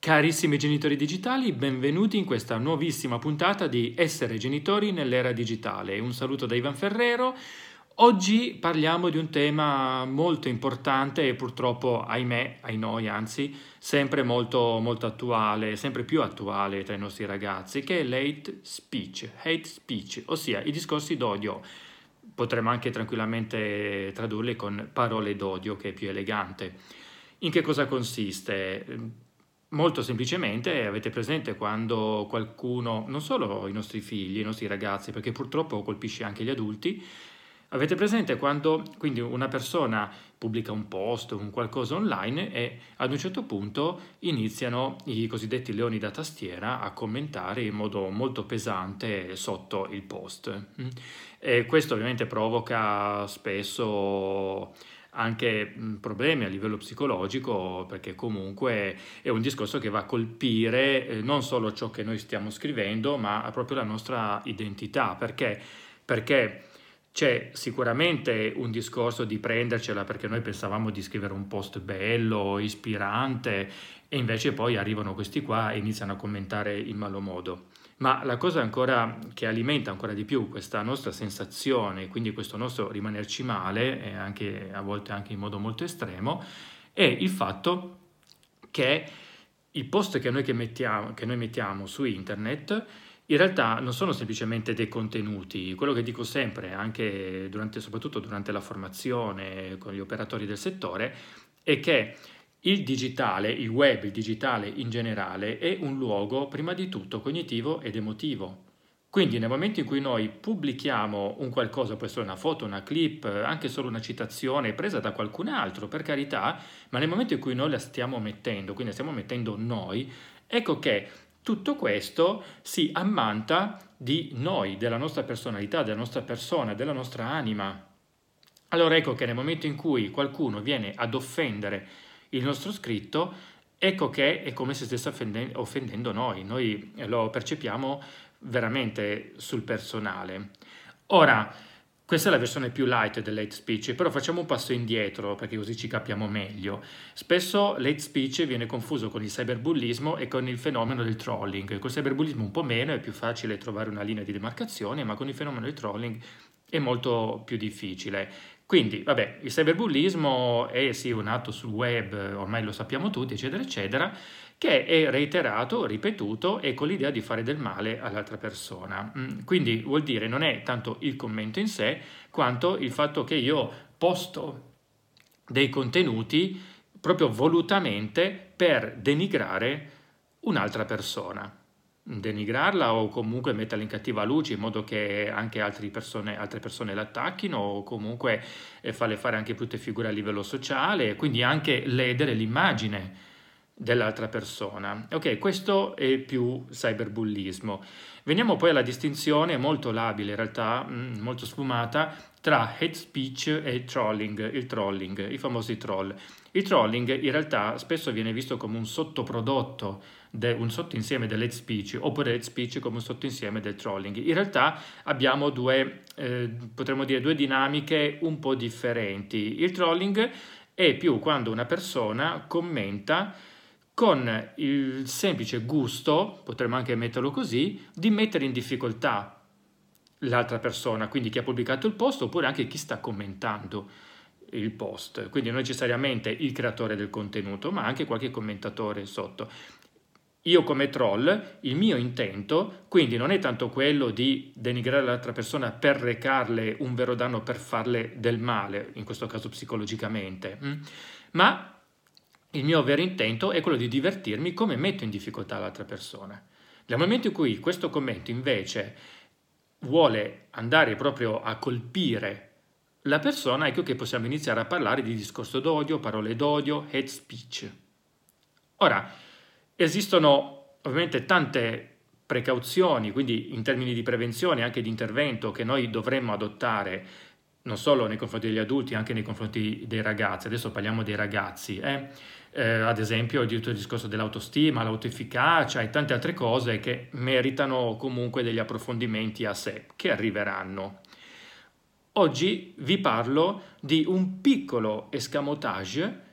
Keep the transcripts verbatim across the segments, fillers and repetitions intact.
Carissimi genitori digitali, benvenuti in questa nuovissima puntata di Essere genitori nell'era digitale. Un saluto da Ivan Ferrero. Oggi parliamo di un tema molto importante e purtroppo, ahimè, ai noi, anzi, sempre molto, molto attuale, sempre più attuale tra i nostri ragazzi, che è l'hate speech, hate speech, ossia i discorsi d'odio. Potremmo anche tranquillamente tradurli con parole d'odio, che è più elegante. In che cosa consiste? Molto semplicemente avete presente quando qualcuno, non solo i nostri figli, i nostri ragazzi, perché purtroppo colpisce anche gli adulti, avete presente quando quindi una persona pubblica un post, un qualcosa online e ad un certo punto iniziano i cosiddetti leoni da tastiera a commentare in modo molto pesante sotto il post. E questo ovviamente provoca spesso anche problemi a livello psicologico, perché comunque è un discorso che va a colpire eh, non solo ciò che noi stiamo scrivendo, ma proprio la nostra identità. Perché? Perché c'è sicuramente un discorso di prendercela perché noi pensavamo di scrivere un post bello, ispirante, e invece poi arrivano questi qua e iniziano a commentare in malo modo. Ma la cosa ancora che alimenta ancora di più questa nostra sensazione, quindi questo nostro rimanerci male, e anche a volte anche in modo molto estremo, è il fatto che i post che noi, che mettiamo, che noi mettiamo su internet in realtà non sono semplicemente dei contenuti. Quello che dico sempre, anche durante, soprattutto durante la formazione con gli operatori del settore, è che il digitale, il web, il digitale in generale, è un luogo prima di tutto cognitivo ed emotivo. Quindi nel momento in cui noi pubblichiamo un qualcosa, può essere una foto, una clip, anche solo una citazione presa da qualcun altro, per carità, ma nel momento in cui noi la stiamo mettendo, quindi la stiamo mettendo noi, ecco che tutto questo si ammanta di noi, della nostra personalità, della nostra persona, della nostra anima. Allora ecco che nel momento in cui qualcuno viene ad offendere il nostro scritto, ecco che è come se stesse offendendo, offendendo noi, noi lo percepiamo veramente sul personale. Ora, questa è la versione più light dell'hate speech, però facciamo un passo indietro perché così ci capiamo meglio. Spesso l'hate speech viene confuso con il cyberbullismo e con il fenomeno del trolling. Col cyberbullismo un po' meno, è più facile trovare una linea di demarcazione, ma con il fenomeno del trolling è molto più difficile. Quindi, vabbè, il cyberbullismo è sì un atto sul web, ormai lo sappiamo tutti, eccetera, eccetera, che è reiterato, ripetuto e con l'idea di fare del male all'altra persona. Quindi vuol dire non è tanto il commento in sé, quanto il fatto che io posto dei contenuti proprio volutamente per denigrare un'altra persona. Denigrarla o comunque metterla in cattiva luce in modo che anche altre persone, altre persone l'attacchino o comunque eh, farle fare anche brutte figure a livello sociale, quindi anche ledere l'immagine dell'altra persona. Ok, questo è più cyberbullismo. Veniamo poi alla distinzione molto labile, in realtà mh, molto sfumata, tra hate speech e trolling, il trolling, i famosi troll. Il trolling in realtà spesso viene visto come un sottoprodotto, de, un sottoinsieme dell'hate speech, oppure hate speech come un sottoinsieme del trolling. In realtà abbiamo due, eh, potremmo dire, due dinamiche un po' differenti. Il trolling è più quando una persona commenta con il semplice gusto, potremmo anche metterlo così, di mettere in difficoltà l'altra persona, quindi chi ha pubblicato il post oppure anche chi sta commentando il post, quindi non necessariamente il creatore del contenuto, ma anche qualche commentatore sotto. Io come troll, il mio intento, quindi non è tanto quello di denigrare l'altra persona per recarle un vero danno, per farle del male, in questo caso psicologicamente, ma il mio vero intento è quello di divertirmi come metto in difficoltà l'altra persona. Nel momento in cui questo commento invece vuole andare proprio a colpire la persona, ecco che possiamo iniziare a parlare di discorso d'odio, parole d'odio, hate speech. Ora, esistono ovviamente tante precauzioni, quindi in termini di prevenzione e anche di intervento che noi dovremmo adottare non solo nei confronti degli adulti, anche nei confronti dei ragazzi. Adesso parliamo dei ragazzi, eh? Eh, ad esempio il discorso dell'autostima, l'autoefficacia e tante altre cose che meritano comunque degli approfondimenti a sé, che arriveranno. Oggi vi parlo di un piccolo escamotage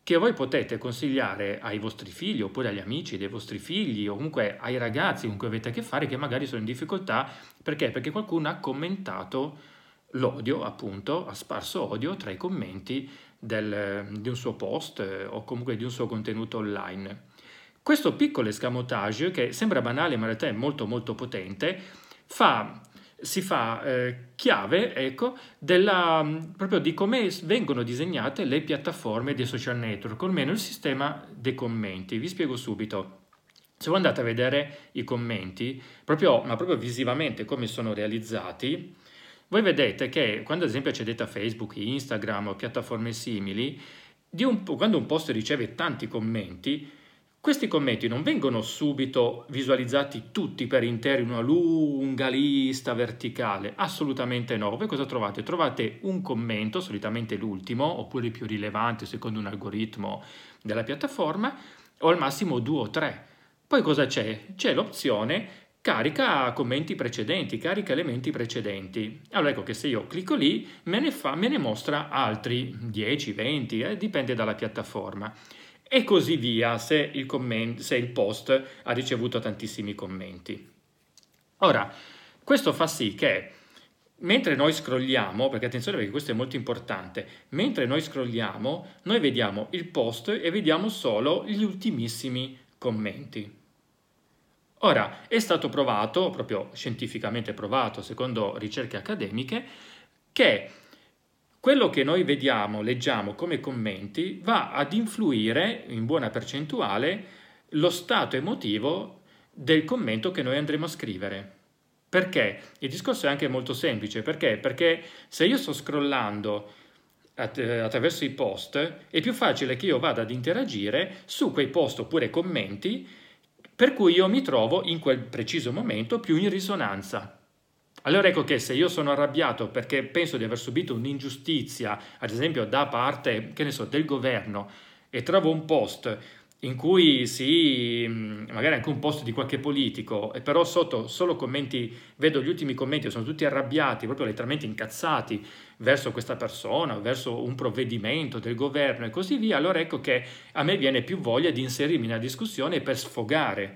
che voi potete consigliare ai vostri figli oppure agli amici dei vostri figli o comunque ai ragazzi con cui avete a che fare che magari sono in difficoltà. Perché? Perché qualcuno ha commentato l'odio, appunto, ha sparso odio tra i commenti del, di un suo post eh, o comunque di un suo contenuto online. Questo piccolo escamotage, che sembra banale ma in realtà è molto molto potente, fa, si fa eh, chiave, ecco, della, proprio di come vengono disegnate le piattaforme dei social network, o almeno il sistema dei commenti. Vi spiego subito. Se voi andate a vedere i commenti, proprio, ma proprio visivamente come sono realizzati, voi vedete che quando ad esempio accedete a Facebook, Instagram o piattaforme simili, di un, quando un post riceve tanti commenti, questi commenti non vengono subito visualizzati tutti per intero in una lunga lista verticale, assolutamente no. Voi cosa trovate? Trovate un commento, solitamente l'ultimo, oppure il più rilevante secondo un algoritmo della piattaforma, o al massimo due o tre. Poi cosa c'è? C'è l'opzione carica commenti precedenti, carica elementi precedenti. Allora ecco che se io clicco lì me ne, fa, me ne mostra altri dieci, venti, eh, dipende dalla piattaforma. E così via se il, comment, se il post ha ricevuto tantissimi commenti. Ora, questo fa sì che mentre noi scrolliamo, perché attenzione perché questo è molto importante, mentre noi scrolliamo, noi vediamo il post e vediamo solo gli ultimissimi commenti. Ora, è stato provato, proprio scientificamente provato, secondo ricerche accademiche, che quello che noi vediamo, leggiamo come commenti, va ad influire in buona percentuale lo stato emotivo del commento che noi andremo a scrivere. Perché? Il discorso è anche molto semplice. Perché? Perché se io sto scrollando attraverso i post, è più facile che io vada ad interagire su quei post oppure commenti per cui io mi trovo in quel preciso momento più in risonanza. Allora ecco che se io sono arrabbiato perché penso di aver subito un'ingiustizia, ad esempio da parte, che ne so, del governo, e trovo un post in cui sì, magari anche un post di qualche politico, e però sotto solo commenti, vedo gli ultimi commenti, sono tutti arrabbiati, proprio letteralmente incazzati verso questa persona, verso un provvedimento del governo e così via, allora ecco che a me viene più voglia di inserirmi nella discussione per sfogare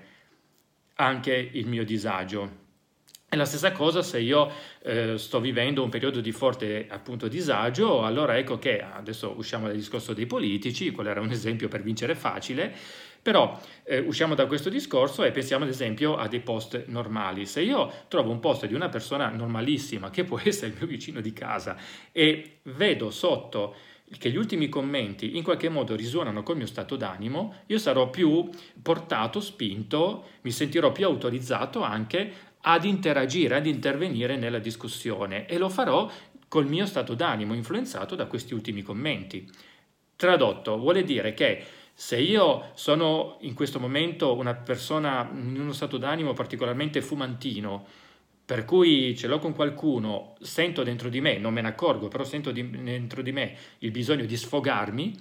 anche il mio disagio. È la stessa cosa se io eh, sto vivendo un periodo di forte appunto disagio, allora ecco che adesso usciamo dal discorso dei politici, quello era un esempio per vincere facile, però eh, usciamo da questo discorso e pensiamo ad esempio a dei post normali. Se io trovo un post di una persona normalissima, che può essere il mio vicino di casa, e vedo sotto che gli ultimi commenti in qualche modo risuonano col mio stato d'animo, io sarò più portato, spinto, mi sentirò più autorizzato anche ad interagire, ad intervenire nella discussione, e lo farò col mio stato d'animo influenzato da questi ultimi commenti. Tradotto, vuole dire che se io sono in questo momento una persona in uno stato d'animo particolarmente fumantino, per cui ce l'ho con qualcuno, sento dentro di me, non me ne accorgo, però sento di, dentro di me il bisogno di sfogarmi,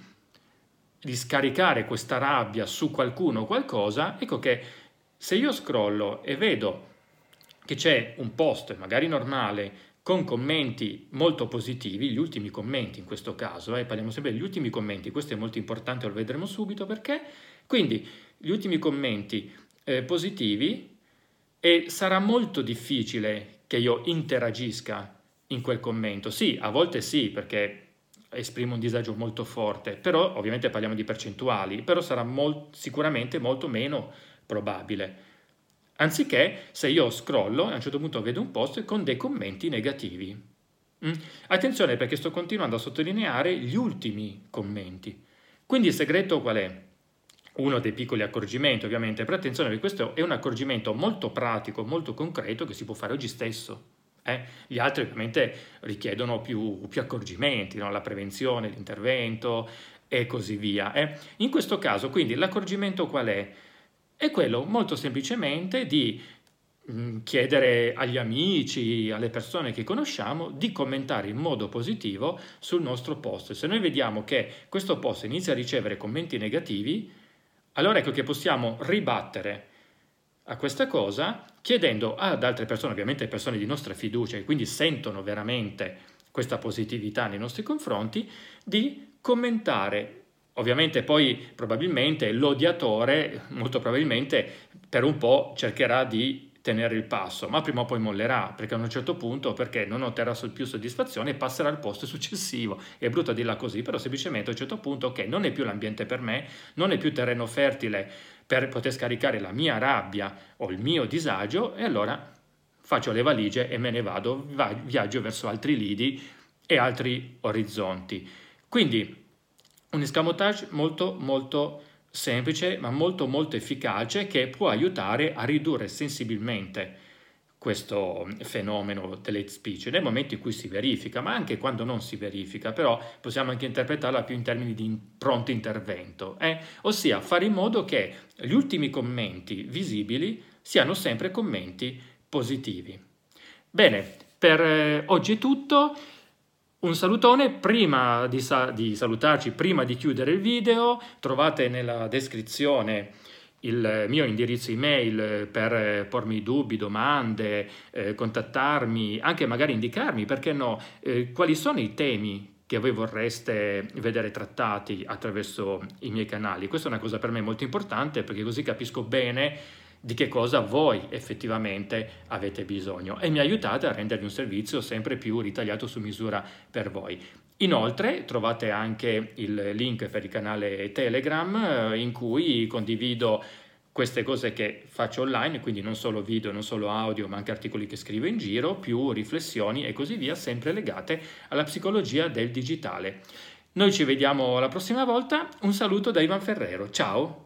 di scaricare questa rabbia su qualcuno o qualcosa, ecco che se io scrollo e vedo che c'è un post, magari normale, con commenti molto positivi, gli ultimi commenti in questo caso, eh, parliamo sempre degli ultimi commenti, questo è molto importante, lo vedremo subito perché, quindi gli ultimi commenti eh, positivi, e sarà molto difficile che io interagisca in quel commento. Sì, a volte sì, perché esprimo un disagio molto forte, però ovviamente parliamo di percentuali, però sarà molt- sicuramente molto meno probabile. Anziché se io scrollo e a un certo punto vedo un post con dei commenti negativi. Mm? Attenzione perché sto continuando a sottolineare gli ultimi commenti. Quindi il segreto qual è? Uno dei piccoli accorgimenti ovviamente, però attenzione perché questo è un accorgimento molto pratico, molto concreto che si può fare oggi stesso. Eh? Gli altri ovviamente richiedono più, più accorgimenti, no? La prevenzione, l'intervento e così via. Eh? In questo caso quindi l'accorgimento qual è? È quello molto semplicemente di mh, chiedere agli amici, alle persone che conosciamo, di commentare in modo positivo sul nostro post. Se noi vediamo che questo post inizia a ricevere commenti negativi, allora ecco che possiamo ribattere a questa cosa chiedendo ad altre persone, ovviamente persone di nostra fiducia, che quindi sentono veramente questa positività nei nostri confronti, di commentare Ovviamente poi probabilmente l'odiatore, molto probabilmente per un po' cercherà di tenere il passo, ma prima o poi mollerà, perché a un certo punto, perché non otterrà più soddisfazione, passerà al posto successivo. È brutto dirla così, però semplicemente a un certo punto, ok, non è più l'ambiente per me, non è più terreno fertile per poter scaricare la mia rabbia o il mio disagio, e allora faccio le valigie e me ne vado, viaggio verso altri lidi e altri orizzonti. Quindi un escamotage molto molto semplice ma molto molto efficace, che può aiutare a ridurre sensibilmente questo fenomeno dell'hate speech nel momento in cui si verifica, ma anche quando non si verifica, però possiamo anche interpretarla più in termini di pronto intervento, eh? Ossia fare in modo che gli ultimi commenti visibili siano sempre commenti positivi. Bene, per eh, oggi è tutto. Un salutone, prima di, sa- di salutarci, prima di chiudere il video, trovate nella descrizione il mio indirizzo email per pormi dubbi, domande, eh, contattarmi, anche magari indicarmi, perché no, eh, quali sono i temi che voi vorreste vedere trattati attraverso i miei canali. Questa è una cosa per me molto importante, perché così capisco bene di che cosa voi effettivamente avete bisogno e mi aiutate a rendervi un servizio sempre più ritagliato su misura per voi. Inoltre trovate anche il link per il canale Telegram, in cui condivido queste cose che faccio online, quindi non solo video, non solo audio, ma anche articoli che scrivo in giro, più riflessioni e così via, sempre legate alla psicologia del digitale. Noi ci vediamo la prossima volta, un saluto da Ivan Ferrero, ciao!